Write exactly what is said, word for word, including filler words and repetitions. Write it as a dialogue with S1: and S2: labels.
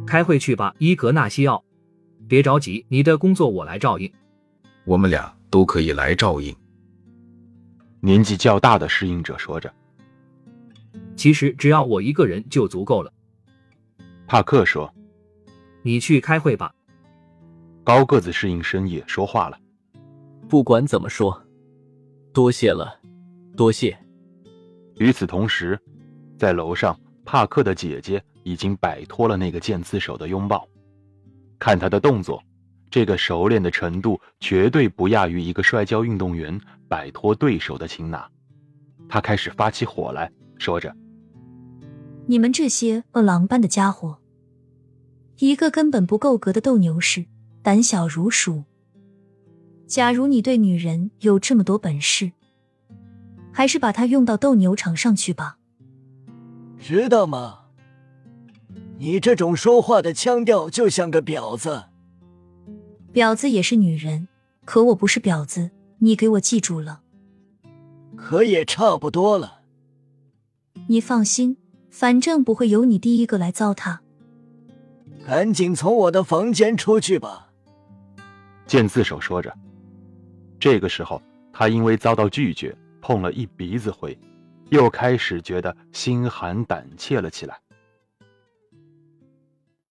S1: 开会去吧，伊格纳西奥。别着急，你的工作我来照应。
S2: 我们俩都可以来照应。
S3: 年纪较大的适应者说着。
S1: 其实只要我一个人就足够了。
S3: 帕克说。
S1: 你去开会吧。
S3: 高个子适应生也说话了。
S4: 不管怎么说，多谢了，多谢。
S3: 与此同时，在楼上，帕克的姐姐已经摆脱了那个剑刺手的拥抱。看他的动作，这个熟练的程度绝对不亚于一个摔跤运动员摆脱对手的擒拿。他开始发起火来，说着：
S5: 你们这些饿狼般的家伙，一个根本不够格的斗牛士，胆小如鼠。假如你对女人有这么多本事，还是把它用到斗牛场上去吧。
S6: 知道吗？你这种说话的腔调就像个婊子。
S5: 婊子也是女人，可我不是婊子，你给我记住了。
S6: 可也差不多了。
S5: 你放心，反正不会由你第一个来糟蹋。
S6: 赶紧从我的房间出去吧。
S3: 剑刺手说着。这个时候，他因为遭到拒绝，碰了一鼻子灰，又开始觉得心寒胆怯了起来。